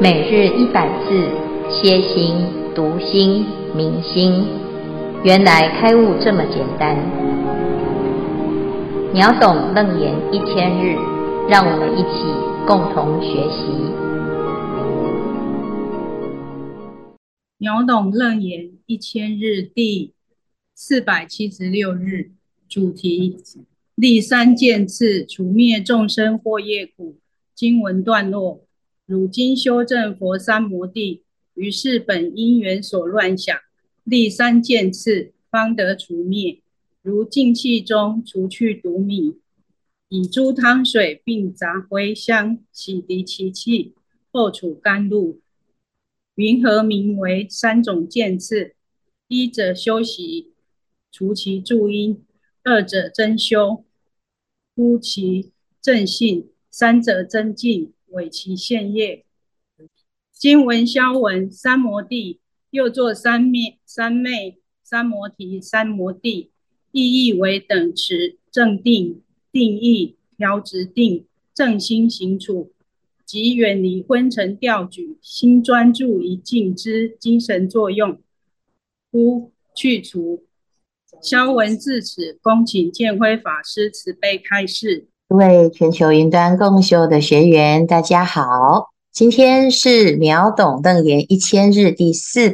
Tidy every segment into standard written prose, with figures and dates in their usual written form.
每日100字，歇心、读心、明心，原来开悟这么简单。秒懂楞严1000日，让我们一起共同学习。 秒懂楞严1000日第476日，主题：立三件次，除灭众生惑业苦。经文段落：汝今修正佛三摩地，于是本因缘所乱想，立三件次，方得除灭。如净器中除去毒米，以诸汤水并杂茴香洗涤其器，后处甘露。云何名为三种见次？一者修习，除其助因；二者真修，忽其正性；三者增进，伪其现业。经文消文：三摩地，又作三昧、三摩提、三摩地，意义为等持、正定、定意、调直定、正心行处，即远离昏沉掉举，心专注于静之精神作用，忽去除。消文至此，恭请建辉法师慈悲开示。 各位全球云端共修的学员，大家好，今天是秒懂楞严1000日第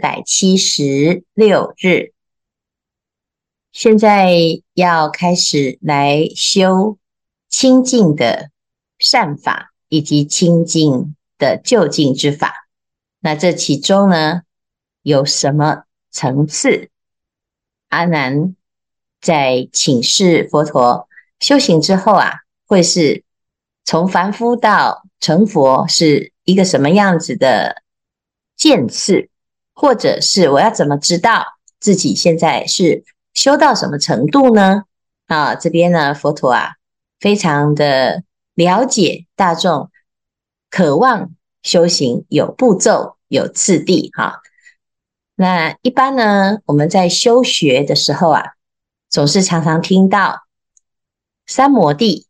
476日，现在要开始来修清净的善法以及清净的究竟之法。那这其中呢，有什么层次？阿难在请示佛陀，修行之后会是从凡夫到成佛是一个什么样子的渐次，或者是我要怎么知道自己现在是修到什么程度呢？这边呢，佛陀非常的了解大众渴望修行有步骤有次第那一般呢，我们在修学的时候总是常常听到三摩地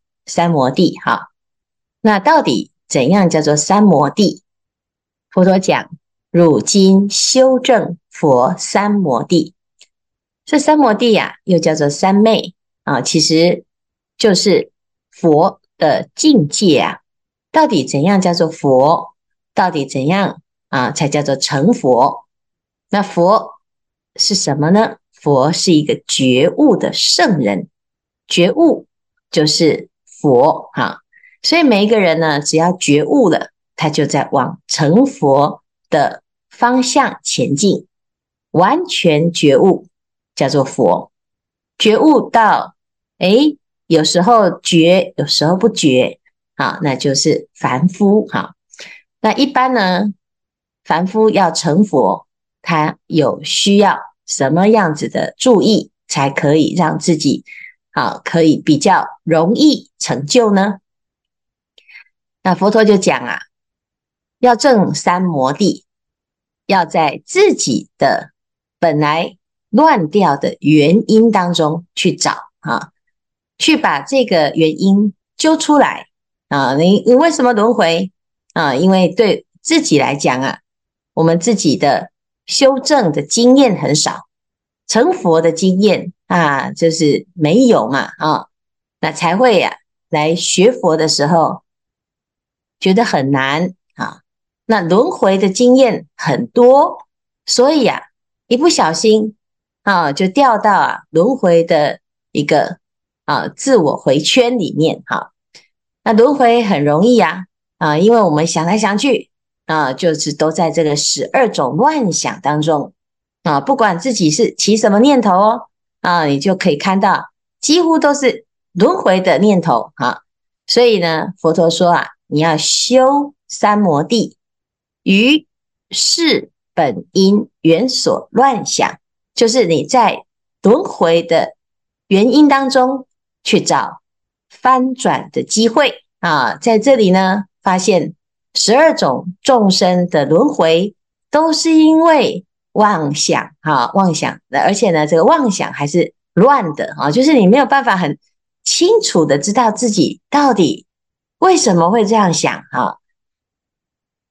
那到底怎样叫做三摩地？佛陀讲，汝今修正佛三摩地。这三摩地又叫做三昧其实就是佛的境界到底怎样叫做佛？到底怎样才叫做成佛？那佛是什么呢？佛是一个觉悟的圣人，觉悟就是佛所以每一个人呢，只要觉悟了，他就在往成佛的方向前进，完全觉悟叫做佛。觉悟到有时候觉，有时候不觉那就是凡夫那一般呢，凡夫要成佛，他有需要什么样子的注意，才可以让自己可以比较容易成就呢？那佛陀就讲要证三摩地，要在自己的本来乱掉的原因当中去找去把这个原因揪出来你为什么轮回因为对自己来讲我们自己的修正的经验很少，成佛的经验就是没有嘛那才会来学佛的时候觉得很难那轮回的经验很多，所以一不小心就掉到轮回的一个自我回圈里面那轮回很容易因为我们想来想去就是都在这个12种乱想当中不管自己是起什么念头你就可以看到几乎都是轮回的念头所以呢，佛陀说你要修三摩地，于是本因缘所乱想，就是你在轮回的原因当中去找翻转的机会在这里呢，发现12种众生的轮回都是因为妄想妄想，而且呢，这个妄想还是乱的就是你没有办法很清楚的知道自己到底为什么会这样想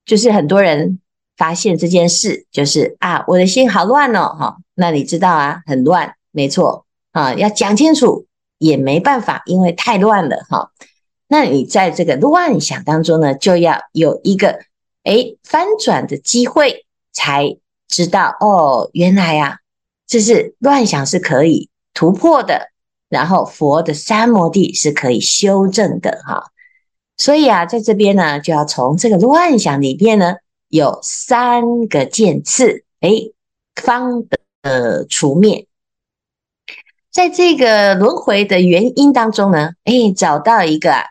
就是很多人发现这件事，就是啊，我的心好乱哦，哈，那你知道啊，很乱，没错啊，要讲清楚也没办法，因为太乱了哈。那你在这个乱想当中呢，就要有一个翻转的机会，才知道哦，原来啊，这是乱想是可以突破的，然后佛的三摩地是可以修正的哈。所以啊，在这边呢，就要从这个乱想里边呢，有3个渐次，方的除灭。在这个轮回的原因当中呢，找到一个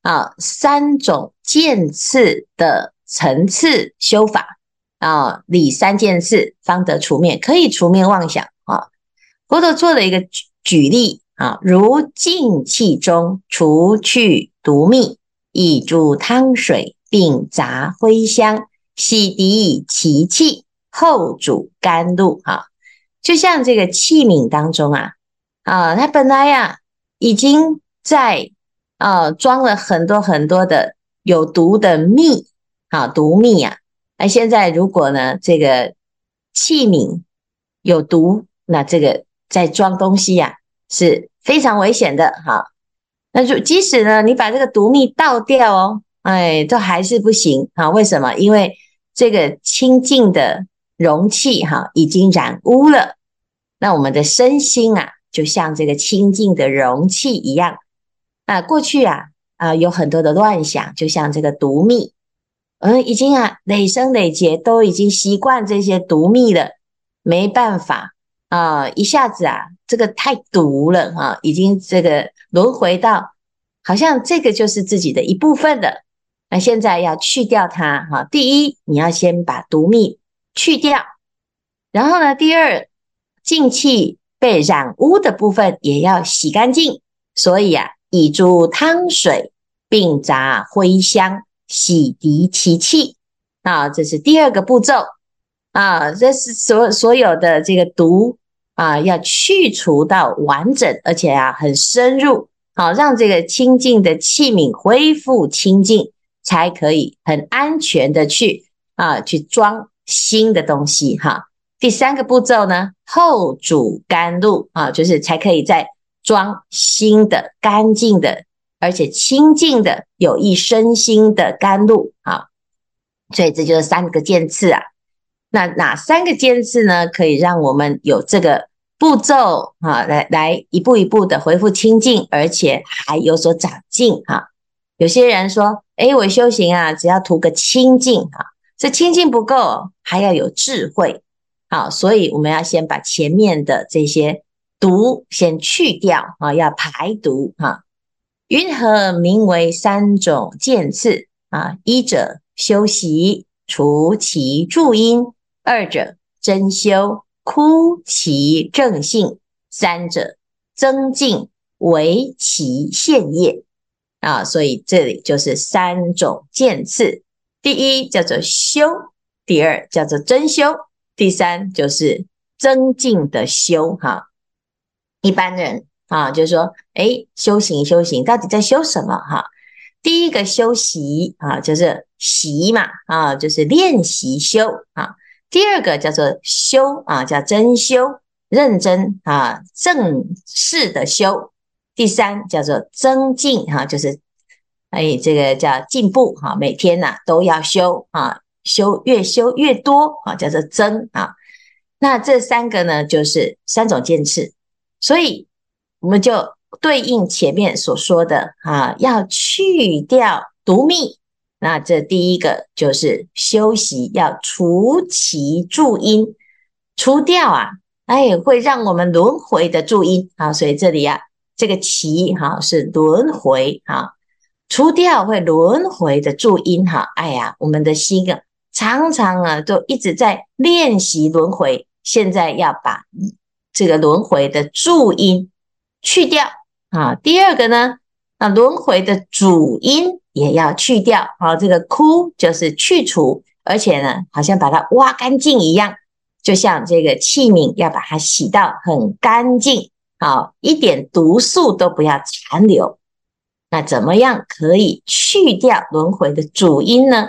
3种渐次的层次修法理3件事方得除灭，可以除灭妄想啊。佛陀做了一个举例如净气中除去毒蜜，以诸汤水，并杂灰香，洗涤其气，后煮甘露就像这个器皿当中它本来已经在装了很多很多的有毒的蜜毒蜜现在如果呢这个器皿有毒，那这个再装东西是非常危险的那就即使呢你把这个毒蜜倒掉都还是不行为什么？因为这个清净的容器已经染污了。那我们的身心就像这个清净的容器一样过去有很多的乱想，就像这个毒蜜已经累生累劫都已经习惯这些毒蜜了，没办法一下子这个太毒了已经这个轮回到好像这个就是自己的一部分了。那现在要去掉它第一，你要先把毒蜜去掉，然后呢，第二，净气被染污的部分也要洗干净，所以以诸汤水，并杂灰香，洗涤其气这是第二个步骤这是所有的这个毒要去除到完整，而且很深入让这个清净的器皿恢复清净，才可以很安全的去装新的东西第3个步骤呢，后煮甘露就是才可以再装新的干净的而且清净的有益身心的甘露所以这就是3个渐次那哪3个渐次呢，可以让我们有这个步骤来一步一步的恢复清净，而且还有所长进有些人说我修行只要图个清净这清净不够，还要有智慧所以我们要先把前面的这些毒先去掉要排毒云何名为3种渐次一者修习除其助因，二者真修枯其正性，三者增进为其现业所以这里就是3种渐次，第一叫做修，第二叫做真修，第3就是增进的修一般人就是说修行到底在修什么第一个修习就是习嘛就是练习修第二个叫做修叫真修，认真正式的修。第3叫做增进就是这个叫进步每天都要修越修越多叫做增那这3个呢就是3种渐次，所以我们就对应前面所说的要去掉毒蜜，那这第一个就是修习要除其助因，除掉会让我们轮回的助因所以这里这个其是轮回除掉会轮回的助因我们的心常常都一直在练习轮回，现在要把这个轮回的助因去掉第二个呢轮回的主因也要去掉这个枯就是去除，而且呢好像把它挖干净一样，就像这个器皿要把它洗到很干净一点毒素都不要残留。那怎么样可以去掉轮回的主因呢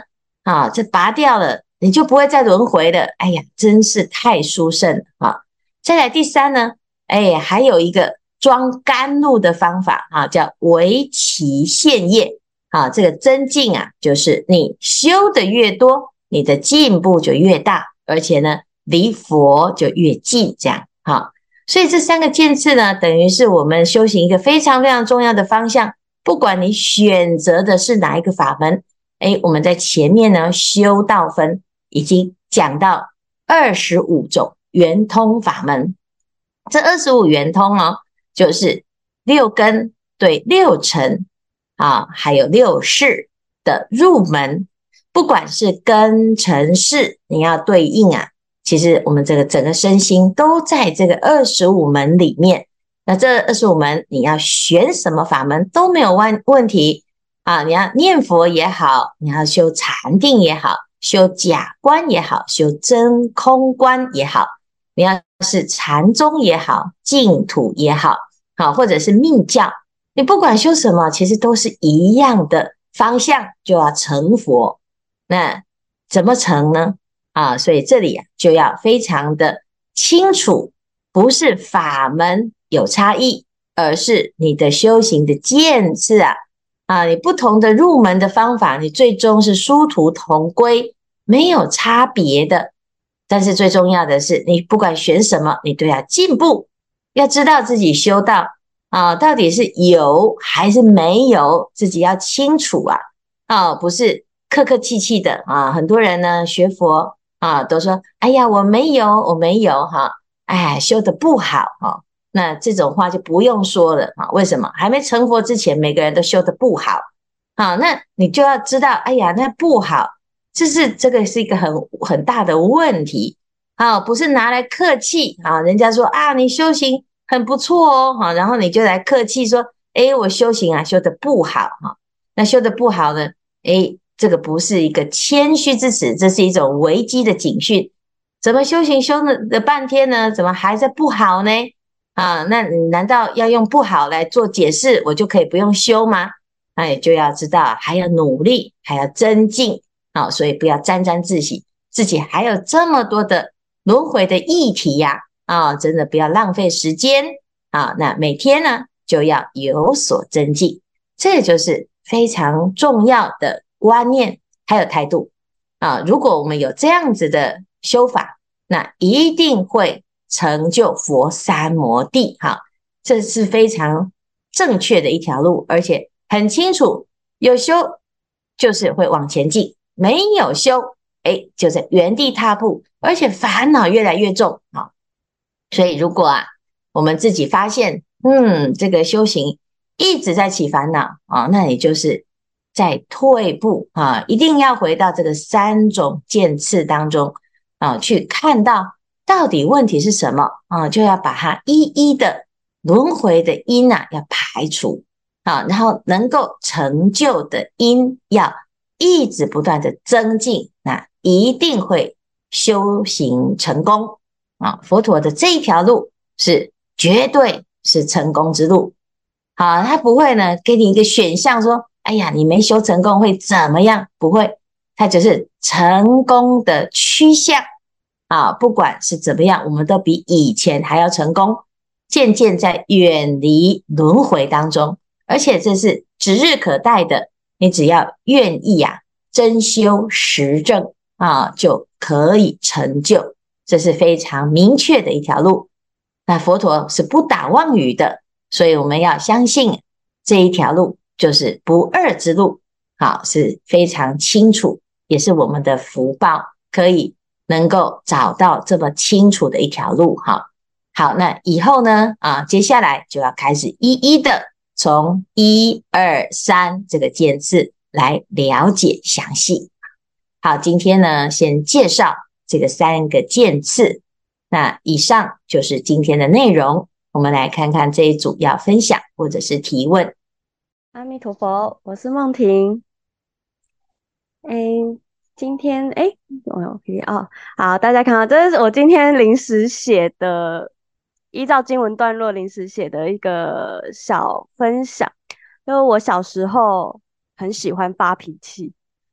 这拔掉了，你就不会再轮回了。哎呀，真是太殊胜了啊！再来第三呢，还有一个装甘露的方法叫为期现业这个增进就是你修的越多，你的进步就越大，而且呢，离佛就越近，这样所以这三个渐次呢，等于是我们修行一个非常非常重要的方向。不管你选择的是哪一个法门，我们在前面呢修道分已经讲到25种圆通法门。这25圆通就是6根对6尘还有6识的入门。不管是根尘识，你要对应其实我们这个整个身心都在这个25门里面。那这25门你要选什么法门都没有问题你要念佛也好，你要修禅定也好，修假观也好，修真空观也好，你要是禅宗也好，净土也好或者是密教，你不管修什么，其实都是一样的方向，就要成佛。那怎么成呢？所以这里就要非常的清楚，不是法门有差异，而是你的修行的渐次你不同的入门的方法，你最终是殊途同归，没有差别的。但是最重要的是，你不管选什么，你都要进步，要知道自己修道到底是有还是没有，自己要清楚不是客客气气的很多人呢学佛都说哎呀我没有修得不好那这种话就不用说了为什么？还没成佛之前，每个人都修得不好那你就要知道，哎呀，那不好，这个是一个很大的问题不是拿来客气人家说你修行很不错然后你就来客气说，我修行修得不好那修得不好呢，这个不是一个谦虚之词，这是一种危机的警讯。怎么修行修了半天呢？怎么还在不好呢？那你难道要用不好来做解释，我就可以不用修吗？那也就要知道还要努力，还要增进所以不要沾沾自喜，自己还有这么多的轮回的议题真的不要浪费时间那每天呢就要有所增进，这就是非常重要的观念还有态度如果我们有这样子的修法，那一定会成就佛三摩地这是非常正确的一条路，而且很清楚，有修就是会往前进，没有修就在原地踏步，而且烦恼越来越重所以如果我们自己发现这个修行一直在起烦恼那你就是在退步一定要回到这个3种渐次当中去看到底问题是什么就要把它一一的轮回的因要排除然后能够成就的因要一直不断的增进，那一定会修行成功佛陀的这一条路是绝对是成功之路他不会呢给你一个选项说哎呀你没修成功会怎么样，不会，它只是成功的趋向不管是怎么样，我们都比以前还要成功，渐渐在远离轮回当中，而且这是指日可待的，你只要愿意真修实证就可以成就，这是非常明确的一条路。那佛陀是不打妄语的，所以我们要相信这一条路就是不二之路是非常清楚，也是我们的福报，可以能够找到这么清楚的一条路好，那以后呢接下来就要开始一一的从1、2、3这个渐次来了解详细。好，今天呢先介绍这个3个渐次，那以上就是今天的内容，我们来看看这一组要分享或者是提问。 阿弥陀佛，我是梦婷。今天我有 PPT 好，大家看到这是我今天临时写的，依照经文段落临时写的一个小分享。就是我小时候很喜欢发脾气，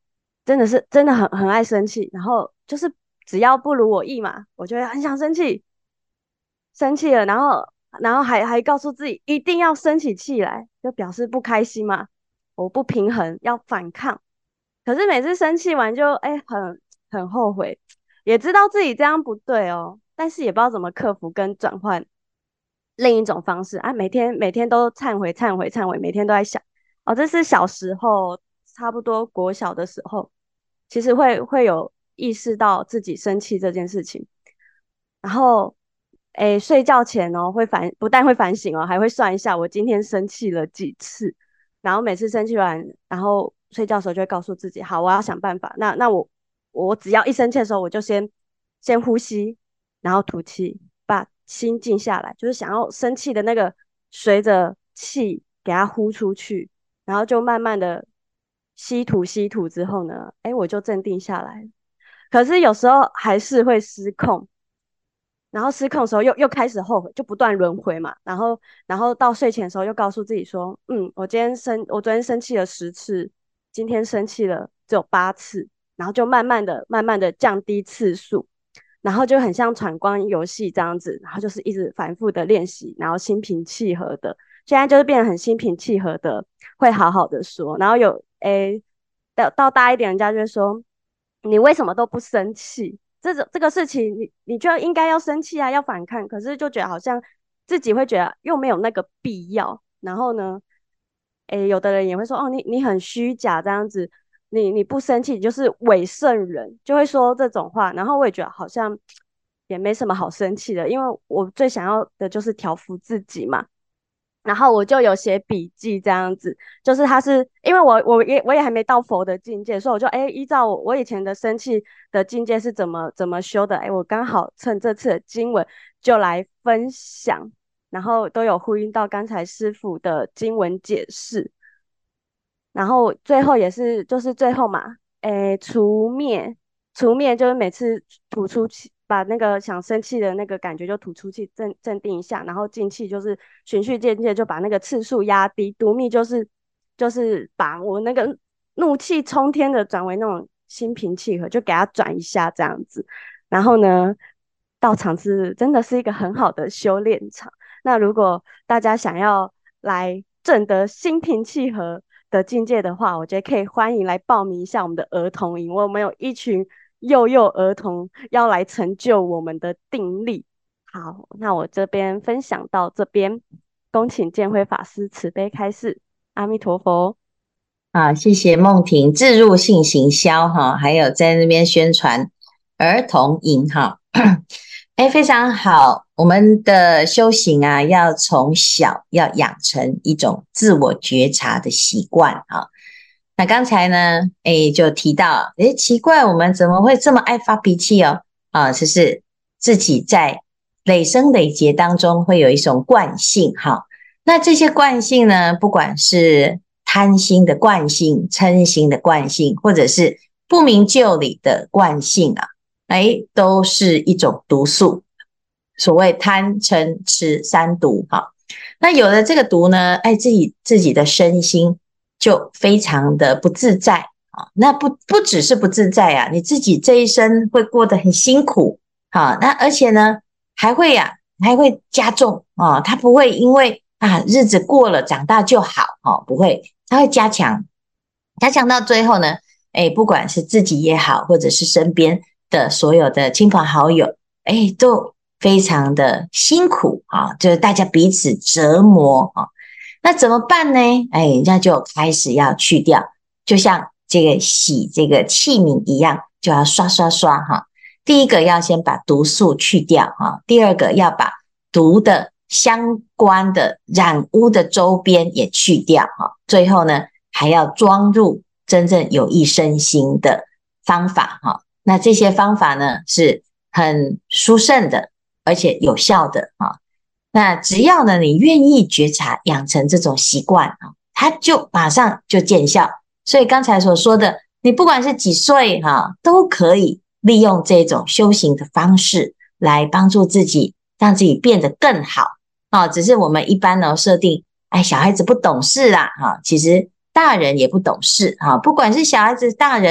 真的很爱生气，然后就是只要不如我意嘛，我就会很想生气，生气了，然后还告诉自己一定要生起气来，就表示不开心嘛，我不平衡，要反抗。可是每次生气完就很后悔，也知道自己这样不对哦，但是也不知道怎么克服跟转换另一种方式啊，每天都忏悔，每天都在想，哦，这是小时候差不多国小的时候，其实会有意识到自己生气这件事情，然后睡觉前哦不但会反省哦，还会算一下我今天生气了几次，然后每次生气完，然后睡觉的时候就会告诉自己，好，我要想办法。那我只要一生气的时候，我就先呼吸，然后吐气，把心静下来，就是想要生气的那个随着气给它呼出去，然后就慢慢的吸吐之后呢，我就镇定下来。可是有时候还是会失控，然后失控的时候又开始后悔，就不断轮回嘛。然后到睡前的时候又告诉自己说，我昨天生气了10次，今天生气了只有8次，然后就慢慢的降低次数，然后就很像闯关游戏这样子，然后就是一直反复的练习，然后心平气和的，现在就是变得很心平气和的，会好好的说。然后到大一点，人家就会说，你为什么都不生气？这个事情你就应该要生气啊，要反抗，可是就觉得好像自己会觉得又没有那个必要。然后呢，有的人也会说，哦，你很虚假这样子，你不生气你就是伪圣人，就会说这种话。然后我也觉得好像也没什么好生气的，因为我最想要的就是调服自己嘛。然后我就有写笔记这样子，就是他是因为我也还没到佛的境界，所以我就依照我以前的生气的境界是怎么修的，我刚好趁这次的经文就来分享，然后都有呼应到刚才师傅的经文解释，然后最后也是就是最后嘛，除灭就是每次吐出气，把那个想生气的那个感觉就吐出气，镇定一下，然后静气就是循序渐进地就把那个次数压低。独密就是把我那个怒气冲天的转为那种心平气和，就给它转一下这样子。然后呢，道场真的是一个很好的修炼场。那如果大家想要来证得心平气和的境界的话，我觉得可以欢迎来报名一下我们的儿童营。我们有一群幼儿童要来成就我们的定力。好，那我这边分享到这边，恭请建辉法师慈悲开示。阿弥陀佛。 啊，谢谢梦婷置入性行销哈，还有在那边宣传儿童营哈，非常好。我们的修行啊，要从小要养成一种自我觉察的习惯哈。那刚才呢，就提到，奇怪，我们怎么会这么爱发脾气哦？啊，就是自己在累生累劫当中会有一种惯性哈。那这些惯性呢，不管是贪心的惯性、嗔心的惯性，或者是不明就里的惯性啊，都是一种毒素。所谓贪嗔痴三毒哈。那有了这个毒呢，自己的身心就非常的不自在啊。那不只是不自在啊，你自己这一生会过得很辛苦啊。那而且呢，还会加重啊。它不会因为日子过了长大就好哦，不会，它会加强到最后呢，不管是自己也好，或者是身边的所有的亲朋好友，都非常的辛苦啊，就是大家彼此折磨啊。那怎么办呢？那就开始要去掉，就像这个洗这个器皿一样，就要刷刷刷哈。第一个要先把毒素去掉哈，第二个要把毒的相关的染污的周边也去掉哈，最后呢还要装入真正有益身心的方法哈。那这些方法呢是很殊胜的，而且有效的啊。那只要呢你愿意觉察，养成这种习惯啊，它就马上就见效。所以刚才所说的，你不管是几岁都可以利用这种修行的方式来帮助自己，让自己变得更好啊。只是我们一般呢设定，小孩子不懂事啦其实大人也不懂事不管是小孩子大人，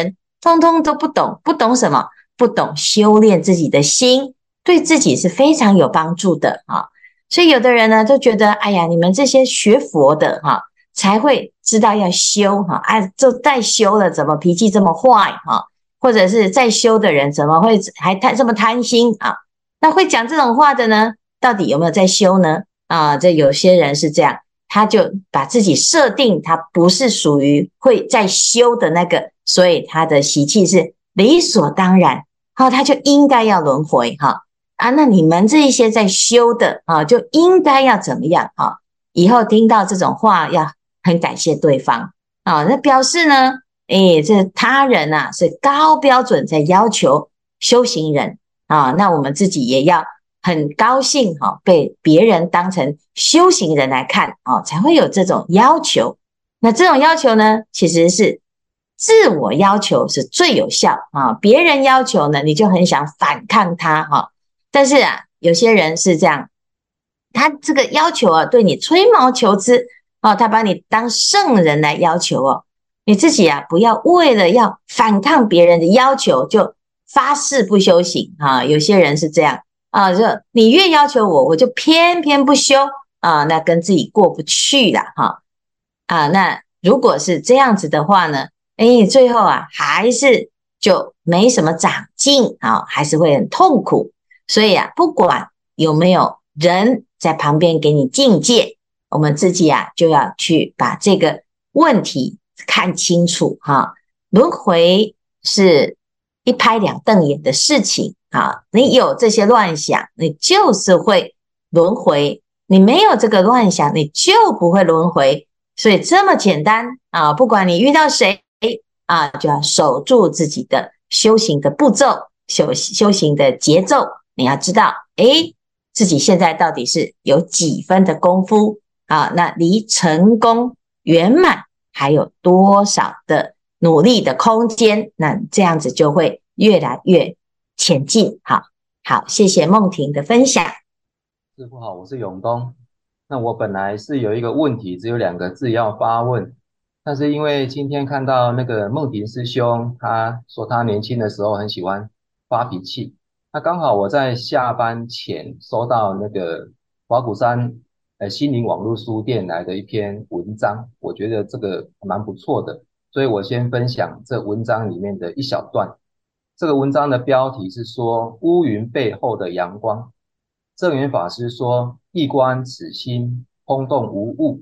通通都不懂。不懂什么？不懂修炼自己的心，对自己是非常有帮助的啊。所以有的人呢都觉得，哎呀，你们这些学佛的哈，才会知道要修哈，哎，就再修了，怎么脾气这么坏哈？或者是在修的人怎么会还这么贪心啊？那会讲这种话的呢，到底有没有在修呢？啊，这有些人是这样，他就把自己设定他不是属于会在修的那个，所以他的习气是理所当然，好，他就应该要轮回哈。啊，那你们这一些在修的啊，就应该要怎么样啊？以后听到这种话，要很感谢对方啊。那表示呢，这他人啊是高标准在要求修行人啊，那我们自己也要很高兴哈，被别人当成修行人来看啊，才会有这种要求。那这种要求呢，其实是自我要求是最有效啊，别人要求呢，你就很想反抗他哈。但是啊，有些人是这样，他这个要求啊，对你吹毛求疵哦，他把你当圣人来要求哦，你自己啊，不要为了要反抗别人的要求，就发誓不修行啊。有些人是这样啊，就你越要求我，我就偏偏不修啊，那跟自己过不去了哈啊。那如果是这样子的话呢，最后啊，还是就没什么长进啊，还是会很痛苦。所以啊，不管有没有人在旁边给你境界，我们自己啊就要去把这个问题看清楚哈。轮回是一拍两瞪眼的事情啊，你有这些乱想，你就是会轮回；你没有这个乱想，你就不会轮回。所以这么简单啊，不管你遇到谁啊，就要守住自己的修行的步骤，修行的节奏。你要知道，自己现在到底是有几分的功夫啊？那离成功圆满还有多少的努力的空间？那这样子就会越来越前进。好，谢谢梦婷的分享。 师父好，我是永东。那我本来是有一个问题，只有2个字要发问，但是因为今天看到那个梦婷师兄，他说他年轻的时候很喜欢发脾气。那刚好我在下班前收到那个法鼓山心灵网络书店来的一篇文章，我觉得这个蛮不错的，所以我先分享这文章里面的一小段。这个文章的标题是说乌云背后的阳光。正言法师说：一观此心，空洞无物，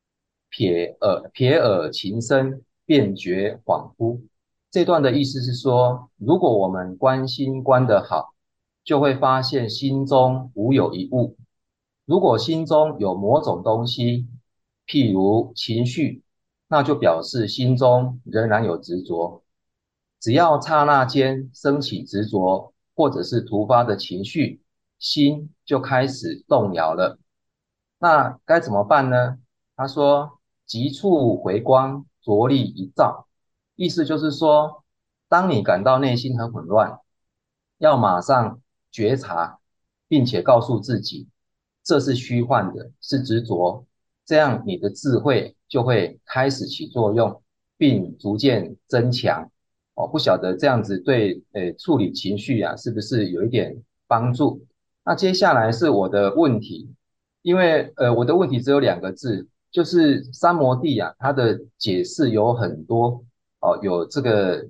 瞥耳情深，便觉恍惚。这段的意思是说，如果我们观心观得好，就会发现心中无有一物。如果心中有某种东西，譬如情绪，那就表示心中仍然有执着。只要刹那间升起执着，或者是突发的情绪，心就开始动摇了。那该怎么办呢？他说：急处回光，着力一照。意思就是说，当你感到内心很混乱，要马上觉察，并且告诉自己，这是虚幻的，是执着。这样你的智慧就会开始起作用，并逐渐增强。不晓得这样子对处理情绪啊，是不是有一点帮助？那接下来是我的问题，因为我的问题只有2个字，就是三摩地啊，它的解释有很多哦，有这个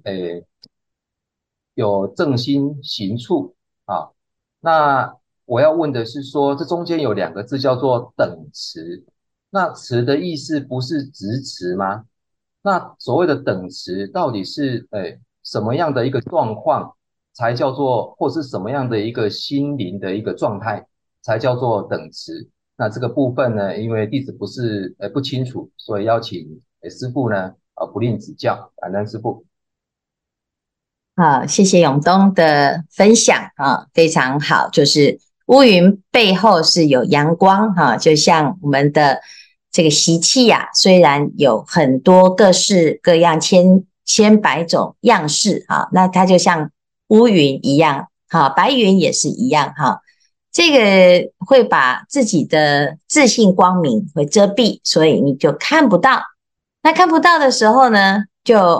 有正心行处啊。那我要问的是说，这中间有2个字叫做等持，那持的意思不是直持吗？那所谓的等持到底是什么样的一个状况才叫做，或是什么样的一个心灵的一个状态才叫做等持？那这个部分呢，因为弟子不清楚，所以邀请师父呢不吝指教，感恩师父。 好，谢谢永东的分享啊，非常好。就是乌云背后是有阳光哈，就像我们的这个习气呀，虽然有很多各式各样千百种样式啊，那它就像乌云一样，哈，白云也是一样哈。这个会把自己的自信光明会遮蔽，所以你就看不到。那看不到的时候呢，就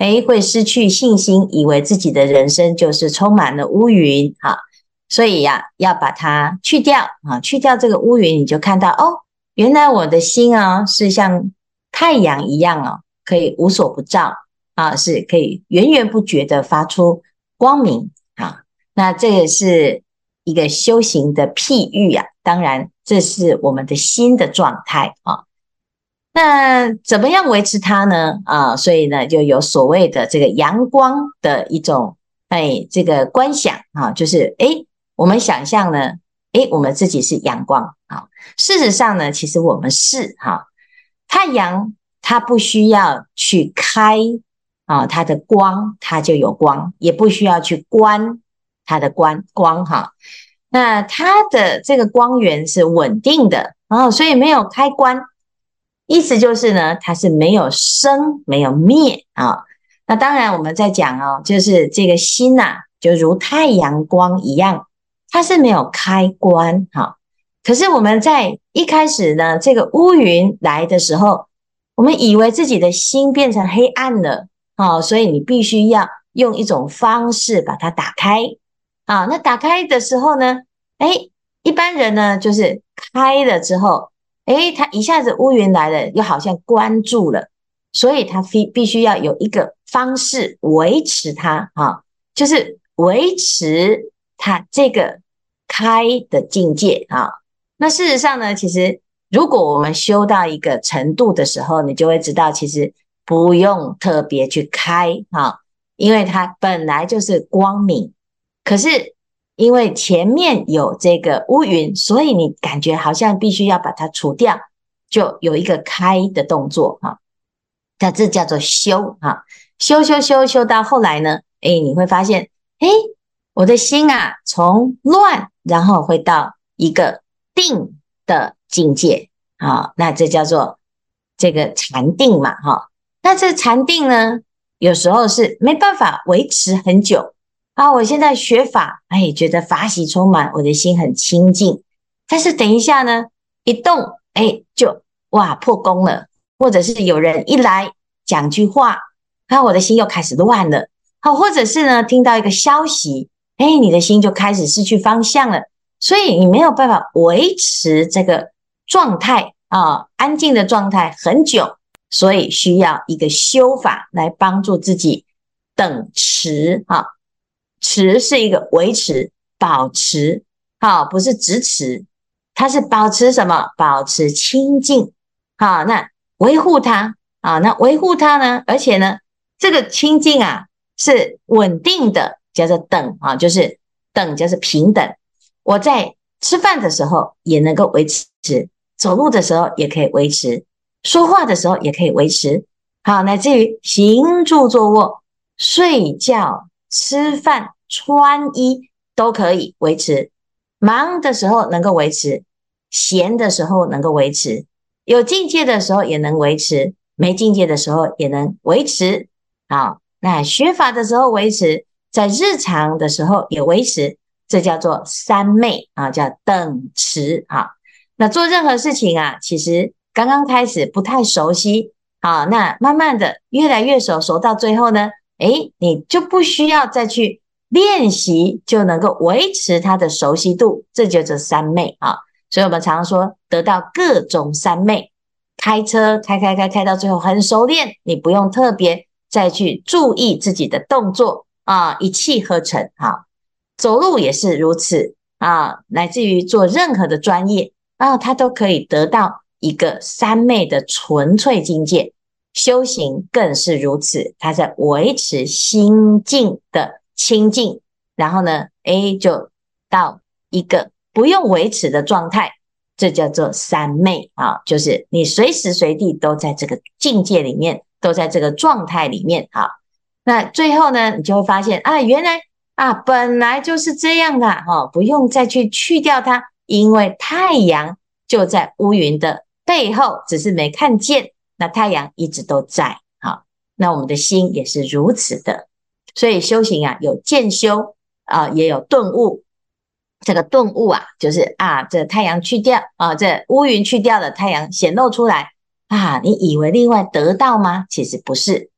会失去信心，以为自己的人生就是充满了乌云啊。所以呀，要把它去掉啊，去掉这个乌云，你就看到哦，原来我的心啊是像太阳一样哦，可以无所不照啊，是可以源源不绝的发出光明啊。那这个是一个修行的譬喻啊，当然这是我们的心的状态啊。那怎么样维持它呢？所以呢，就有所谓的这个阳光的一种这个观想啊，就是我们想象呢，我们自己是阳光啊。事实上呢，其实我们是太阳，它不需要去开它的光，它就有光，也不需要去关它的光哈。那它的这个光源是稳定的所以没有开关。意思就是呢，它是没有生没有灭那当然我们在讲就是这个心就如太阳光一样，它是没有开关可是我们在一开始呢，这个乌云来的时候，我们以为自己的心变成黑暗了所以你必须要用一种方式把它打开那打开的时候呢，一般人呢就是开了之后他一下子乌云来了，又好像关住了，所以他必须要有一个方式维持它就是维持它这个开的境界那事实上呢，其实如果我们修到一个程度的时候，你就会知道，其实不用特别去开因为它本来就是光明，可是因为前面有这个乌云，所以你感觉好像必须要把它除掉，就有一个开的动作那这叫做修修到后来呢，你会发现我的心从乱然后会到一个定的境界那这叫做这个禅定嘛那这禅定呢，有时候是没办法维持很久我现在学法觉得法喜充满，我的心很清净，但是等一下呢一动就哇破功了，或者是有人一来讲句话我的心又开始乱了或者是呢听到一个消息你的心就开始失去方向了，所以你没有办法维持这个状态安静的状态很久，所以需要一个修法来帮助自己等持持是一个维持保持不是直持，它是保持什么？保持清净那维护它那维护它呢，而且呢这个清净是稳定的，叫做等就是等就是平等，我在吃饭的时候也能够维持，走路的时候也可以维持，说话的时候也可以维持乃至于行住坐卧睡觉吃饭穿衣都可以维持，忙的时候能够维持，闲的时候能够维持，有境界的时候也能维持，没境界的时候也能维持那学法的时候维持，在日常的时候也维持，这叫做三昧叫等持那做任何事情其实刚刚开始不太熟悉那慢慢的越来越熟到最后呢你就不需要再去练习，就能够维持它的熟悉度，这就是三昧所以我们常常说得到各种三昧，开车开到最后很熟练，你不用特别再去注意自己的动作一气呵成走路也是如此乃至于做任何的专业它都可以得到一个三昧的纯粹境界。修行更是如此，它在维持心境的清净，然后呢就到一个不用维持的状态，这叫做三昧就是你随时随地都在这个境界里面，都在这个状态里面那最后呢，你就会发现原来本来就是这样的不用再去掉它，因为太阳就在乌云的背后，只是没看见，那太阳一直都在那我们的心也是如此的。所以修行有渐修也有顿悟。这个顿悟就是这太阳去掉这乌云去掉了，太阳显露出来你以为另外得到吗？其实不是，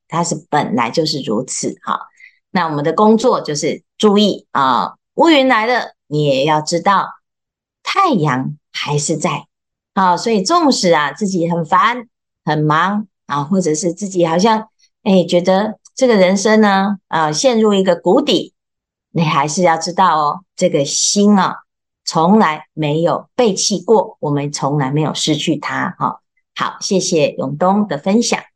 它是本来就是如此哈。那我们的工作就是注意啊，乌云来了，你也要知道太阳还是在啊，所以纵使啊自己很烦很忙啊，或者是自己好像觉得这个人生呢陷入一个谷底，你还是要知道哦，这个心啊从来没有背弃过，我们从来没有失去它哈。好，谢谢永东的分享。